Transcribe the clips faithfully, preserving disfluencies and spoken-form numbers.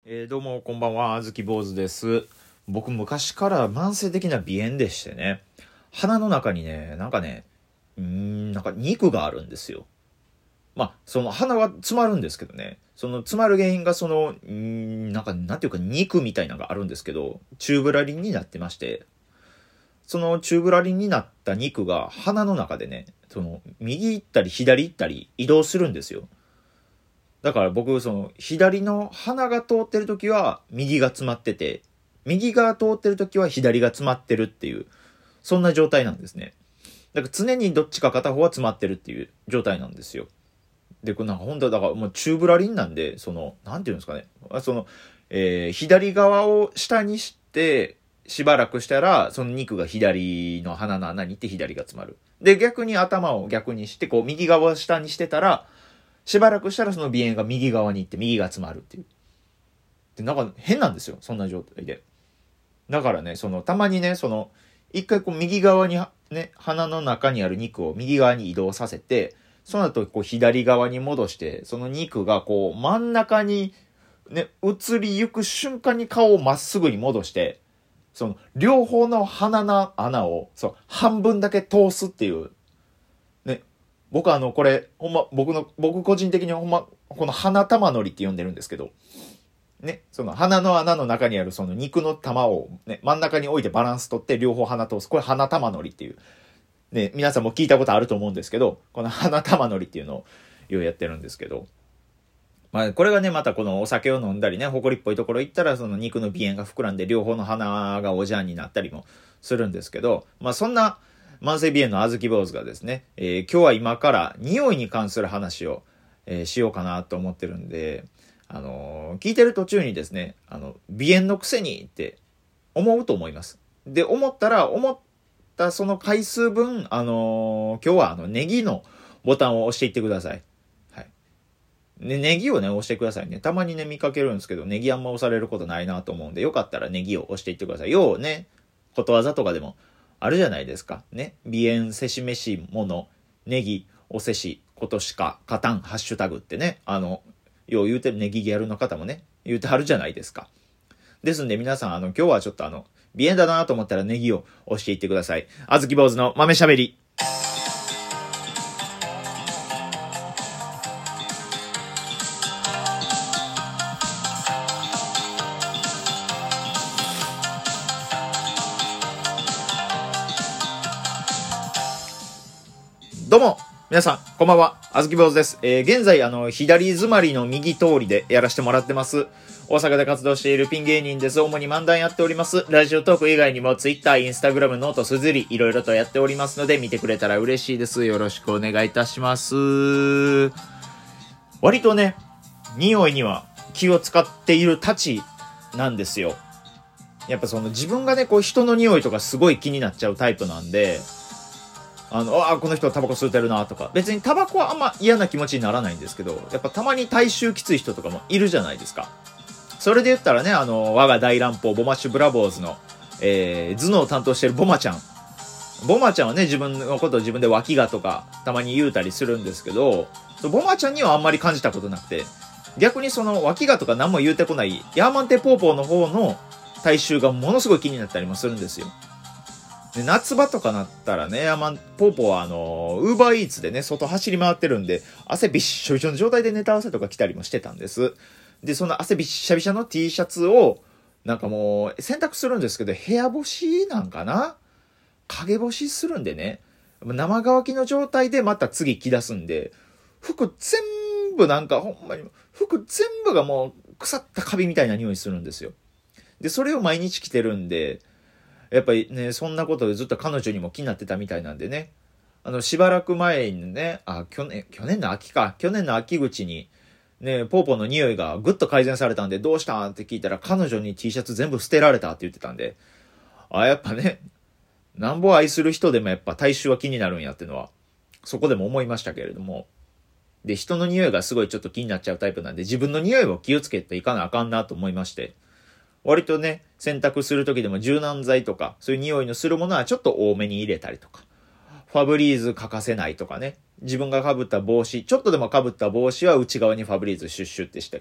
えー、どうもこんばんは、あずき坊主です。僕昔から慢性的な鼻炎でしてね、鼻の中にね、なんかね、うーん、なんか肉があるんですよ。まあ、その鼻は詰まるんですけどね、その詰まる原因がその、うーん、なんか、なんていうか肉みたいなのがあるんですけど、チューブラリンになってまして、そのチューブラリンになった肉が鼻の中でね、その、右行ったり左行ったり移動するんですよ。だから僕、その、左の鼻が通ってる時は、右が詰まってて、右が通ってる時は左が詰まってるっていう、そんな状態なんですね。だから常にどっちか片方は詰まってるっていう状態なんですよ。で、これなんか本当はだからもうチューブラリンなんで、その、なんていうんですかね。その、えー、左側を下にして、しばらくしたら、その肉が左の鼻の穴に行って左が詰まる。で、逆に頭を逆にして、こう、右側を下にしてたら、しばらくしたらその鼻炎が右側に行って右が詰まるっていう。で、なんか変なんですよ。そんな状態で。だからね、その、たまにね、その、一回こう右側に、ね、鼻の中にある肉を右側に移動させて、その後こう左側に戻して、その肉がこう真ん中にね、移りゆく瞬間に顔をまっすぐに戻して、その両方の鼻の穴をそう半分だけ通すっていうね、僕はあの、これ、ほんま、僕の、僕個人的にほんま、この鼻玉のりって呼んでるんですけど、ね、その鼻の穴の中にあるその肉の玉をね、真ん中に置いてバランス取って両方鼻通す。これ鼻玉のりっていう。ね、皆さんも聞いたことあると思うんですけど、この鼻玉のりっていうのをやってるんですけど、まあ、これがね、またこのお酒を飲んだりね、ほこりっぽいところ行ったら、その肉の鼻炎が膨らんで、両方の鼻がおじゃんになったりもするんですけど、まあ、そんな慢性鼻炎のあずき坊主がですね、えー、今日は今から匂いに関する話を、えー、しようかなと思ってるんで、あのー、聞いてる途中にですね、あの、鼻炎のくせにって思うと思います。で、思ったら、思ったその回数分、あのー、今日はあの、ネギのボタンを押していってください。ね、ネギをね、押してくださいね。たまにね、見かけるんですけど、ネギあんま押されることないなと思うんで、よかったらネギを押していってください。ようね、ことわざとかでもあるじゃないですか。ね。鼻炎、せしめしもの、ネギ、おせし、ことしか、かたん、ハッシュタグってね、あの、よう言うてるネギギャルの方もね、言うてはるじゃないですか。ですんで皆さん、あの、今日はちょっとあの、鼻炎だなと思ったらネギを押していってください。あずき坊主の豆しゃべり。どうも皆さんこんばんは、あずき坊主です。えー、現在あの左詰まりの右通りでやらせてもらってます。大阪で活動しているピン芸人です。主に漫談やっております。ラジオトーク以外にも Twitter、Instagram、ノート、すずりいろいろとやっておりますので見てくれたら嬉しいです。よろしくお願いいたします。割とね、匂いには気を使っているたちなんですよ。やっぱその自分がね、こう人の匂いとかすごい気になっちゃうタイプなんで、あの、あ、この人タバコ吸ってるなとか、別にタバコはあんま嫌な気持ちにならないんですけど、やっぱたまに体臭きつい人とかもいるじゃないですか。それで言ったらね、あの、我が大乱暴ボマッシュブラボーズの、えー、頭脳を担当してるボマちゃん。ボマちゃんはね、自分のことを自分で脇がとか、たまに言うたりするんですけど、ボマちゃんにはあんまり感じたことなくて、逆にその脇がとか何も言うてこない、ヤーマンテポーポーの方の体臭がものすごい気になったりもするんですよ。で夏場とかなったらね、まあ、ポーポーはあの、ウーバーイーツでね、外走り回ってるんで、汗びっしょびしょの状態でネタ合わせとか来たりもしてたんです。で、その汗びっしゃびしゃの T シャツを、なんかもう、洗濯するんですけど、部屋干しなんかな陰干しするんでね、生乾きの状態でまた次着出すんで、服全部なんか、ほんまに、服全部がもう腐ったカビみたいな匂いするんですよ。で、それを毎日着てるんで、やっぱりね、そんなことでずっと彼女にも気になってたみたいなんでね。あの、しばらく前にね、あ、去年、去年の秋か。去年の秋口に、ね、ポーポーの匂いがぐっと改善されたんで、どうしたんって聞いたら、彼女に T シャツ全部捨てられたって言ってたんで、あ、やっぱね、なんぼ愛する人でもやっぱ体臭は気になるんやってのは、そこでも思いましたけれども。で、人の匂いがすごいちょっと気になっちゃうタイプなんで、自分の匂いを気をつけていかなあかんなと思いまして。割とね、洗濯するときでも柔軟剤とか、そういう匂いのするものはちょっと多めに入れたりとか。ファブリーズ欠かせないとかね。自分が被った帽子、ちょっとでも被った帽子は内側にファブリーズシュッシュってしてから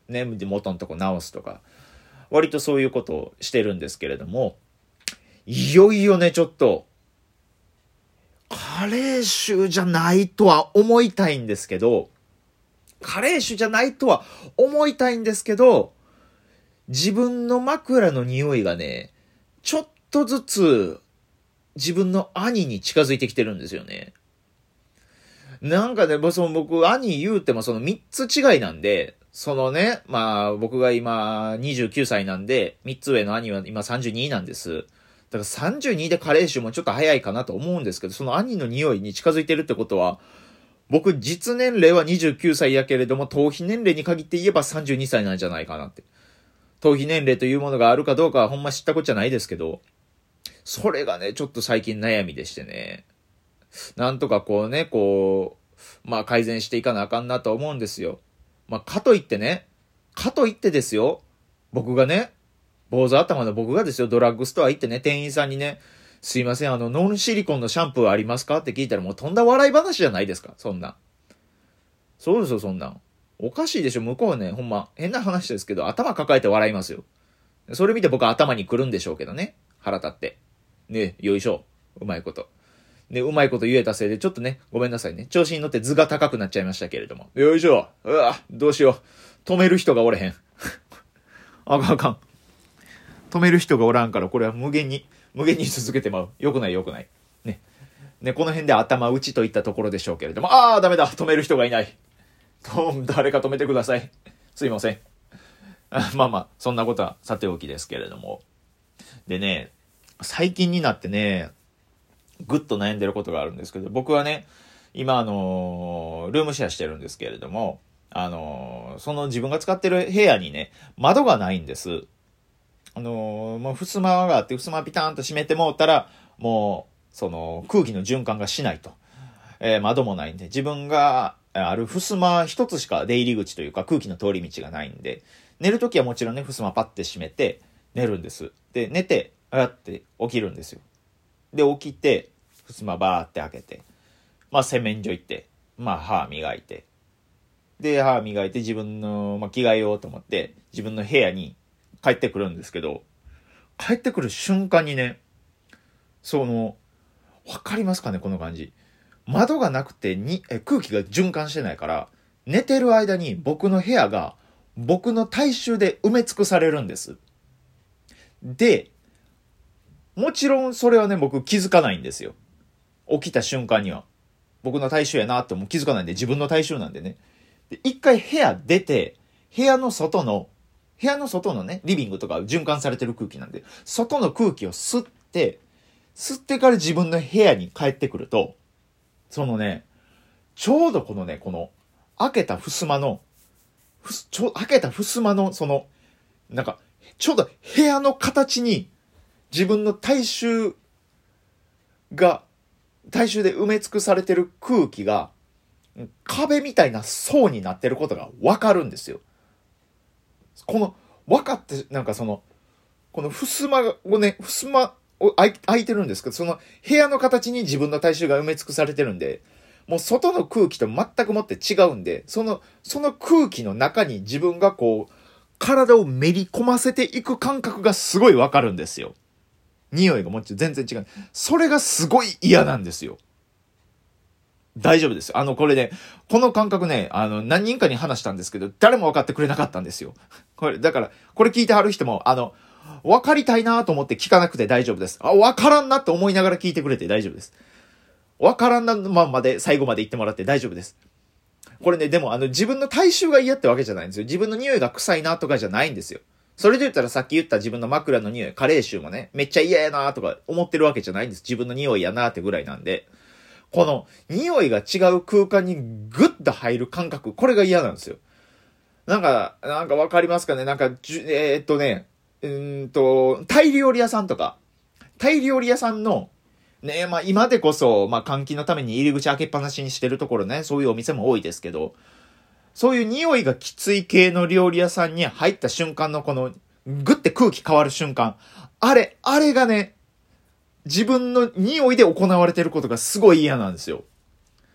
ね、で元のとこ直すとか、割とそういうことをしてるんですけれども、いよいよね、ちょっと、加齢臭じゃないとは思いたいんですけど、加齢臭じゃないとは思いたいんですけど、自分の枕の匂いがね、ちょっとずつ自分の兄に近づいてきてるんですよね。なんかね、その僕、兄言うてもそのみっつ違いなんで、そのね、まあ僕が今にじゅうきゅうさいなんで、みっつ上の兄は今さんじゅうになんです。だからさんじゅうにで加齢臭もちょっと早いかなと思うんですけど、その兄の匂いに近づいてるってことは、僕実年齢はにじゅうきゅうさいやけれども、頭皮年齢に限って言えばさんじゅうにさいなんじゃないかなって。頭皮年齢というものがあるかどうかはほんま知ったことじゃないですけど、それがね、ちょっと最近悩みでしてね。なんとかこうね、こう、まあ改善していかなあかんなと思うんですよ。まあかといってね、かといってですよ、僕がね、坊主頭の僕がですよ、ドラッグストア行ってね、店員さんにね、すいません、あの、ノンシリコンのシャンプーありますかって聞いたらもうとんだ笑い話じゃないですか、そんな。そうですよ、そんなん。おかしいでしょ、向こうはね、ほんま、変な話ですけど、頭抱えて笑いますよ。それ見て僕は頭に来るんでしょうけどね。腹立って。ね、よいしょ。うまいこと。ね、うまいこと言えたせいで、ちょっとね、ごめんなさいね。調子に乗って図が高くなっちゃいましたけれども。よいしょ。うわ、どうしよう。止める人がおれへん。あかんあかん。止める人がおらんから、これは無限に、無限に続けてまう。よくないよくない。ね。ね、この辺で頭打ちといったところでしょうけれども、あー、ダメだ。止める人がいない。と、誰か止めてください。すいません。あまあまあ、そんなことはさておきですけれども。でね、最近になってね、ぐっと悩んでることがあるんですけど、僕はね、今あのー、ルームシェアしてるんですけれども、あのー、その自分が使ってる部屋にね、窓がないんです。あのー、もう襖があって、襖ピタンと閉めてもうたら、もう、その空気の循環がしないと。えー、窓もないんで、自分がある襖一つしか出入り口というか空気の通り道がないんで、寝るときはもちろんね、襖パッて閉めて寝るんです。で、寝て、あやって起きるんですよ。で、起きて、襖バーって開けて、まあ洗面所行って、まあ歯磨いて、で、歯磨いて自分の、まあ、着替えようと思って、自分の部屋に帰ってくるんですけど、帰ってくる瞬間にね、その、わかりますかね、この感じ。窓がなくてにえ空気が循環してないから、寝てる間に僕の部屋が僕の体臭で埋め尽くされるんです。で、もちろんそれはね、僕気づかないんですよ。起きた瞬間には。僕の体臭やなっても気づかないんで、自分の体臭なんでね。で、一回部屋出て、部屋の外の、部屋の外のね、リビングとか循環されてる空気なんで、外の空気を吸って、吸ってから自分の部屋に帰ってくると、そのね、ちょうどこのね、この、開けた襖の、ふすちょ開けた襖の、その、なんか、ちょうど部屋の形に、自分の体臭が、体臭で埋め尽くされてる空気が、壁みたいな層になってることがわかるんですよ。この、分かって、なんかその、この襖をね、襖を開いてるんですけど、その部屋の形に自分の体臭が埋め尽くされてるんで、もう外の空気と全くもって違うんで、その、その空気の中に自分がこう、体をめり込ませていく感覚がすごいわかるんですよ。匂いがもちろん全然違う。それがすごい嫌なんですよ。大丈夫ですよ。あの、これね、この感覚ね、あの、何人かに話したんですけど、誰も分かってくれなかったんですよ。これ、だから、これ聞いてはる人も、あの、分かりたいなと思って聞かなくて大丈夫です。あ、分からんなと思いながら聞いてくれて大丈夫です。分からんなままで最後まで言ってもらって大丈夫です。これね、でも、あの、自分の体臭が嫌ってわけじゃないんですよ。自分の匂いが臭いなとかじゃないんですよ。それで言ったらさっき言った自分の枕の匂い、加齢臭もね、めっちゃ嫌やなとか思ってるわけじゃないんです。自分の匂いやなってぐらいなんで。この匂いが違う空間にグッと入る感覚、これが嫌なんですよ。なんか、なんかわかりますかねなんか、えー、っとね、うーんと、タイ料理屋さんとか、タイ料理屋さんの、ね、まあ今でこそ、まあ換気のために入り口開けっぱなしにしてるところね、そういうお店も多いですけど、そういう匂いがきつい系の料理屋さんに入った瞬間のこの、グッて空気変わる瞬間、あれ、あれがね、自分の匂いで行われてることがすごい嫌なんですよ。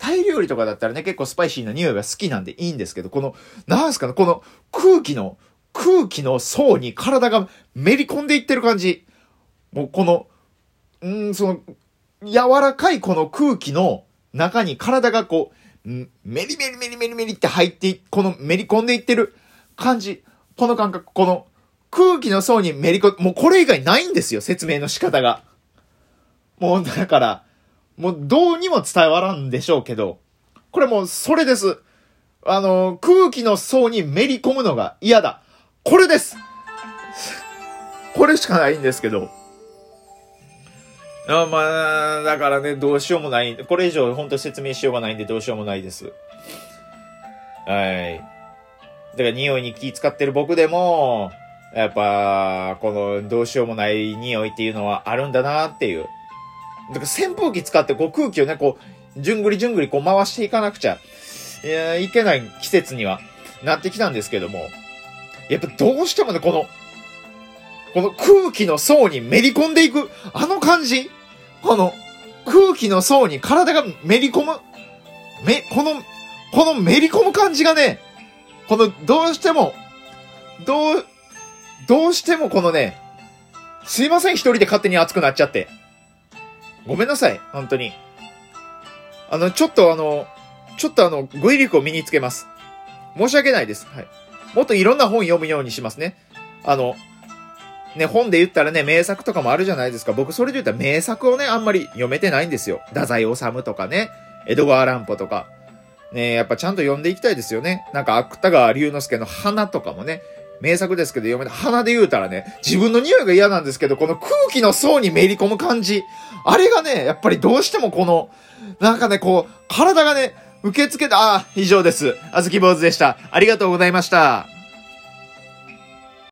タイ料理とかだったらね、結構スパイシーな匂いが好きなんでいいんですけど、この、なんすかね、この空気の、空気の層に体がめり込んでいってる感じ。もうこの、うーん、その、柔らかいこの空気の中に体がこう、メリメリメリメリメリって入ってい、このめり込んでいってる感じ。この感覚、この空気の層にめり込もうこれ以外ないんですよ、説明の仕方が。もうだから、もうどうにも伝わらんでしょうけど、これもうそれです。あの、空気の層にめり込むのが嫌だ。これです。これしかないんですけど。あまあ、だからね、どうしようもない。これ以上本当説明しようがないんでどうしようもないです。はい。だから匂いに気使ってる僕でも、やっぱ、このどうしようもない匂いっていうのはあるんだなっていう。だから扇風機使ってこう空気をね、こう、じゅんぐりじゅんぐりこう回していかなくちゃ、いや、いけない季節にはなってきたんですけども、やっぱどうしてもね、この、この空気の層にめり込んでいく、あの感じ、この空気の層に体がめり込む、め、この、このめり込む感じがね、このどうしても、どう、どうしてもこのね、すいません一人で勝手に熱くなっちゃって。ごめんなさい、本当に。あの、ちょっとあの、ちょっとあの、語彙力を身につけます。申し訳ないです。はい。もっといろんな本読むようにしますね。あの、ね、本で言ったらね、名作とかもあるじゃないですか。僕それで言ったら名作をね、あんまり読めてないんですよ。太宰治とかね、江戸川乱歩とか。ね、やっぱちゃんと読んでいきたいですよね。なんか芥川龍之介の花とかもね、名作ですけど読めない。花で言うたらね、自分の匂いが嫌なんですけど、この空気の層にめり込む感じ。あれがね、やっぱりどうしてもこの、なんかね、こう、体がね、受け付けた、あ、以上です。あずき坊主でした。ありがとうございました。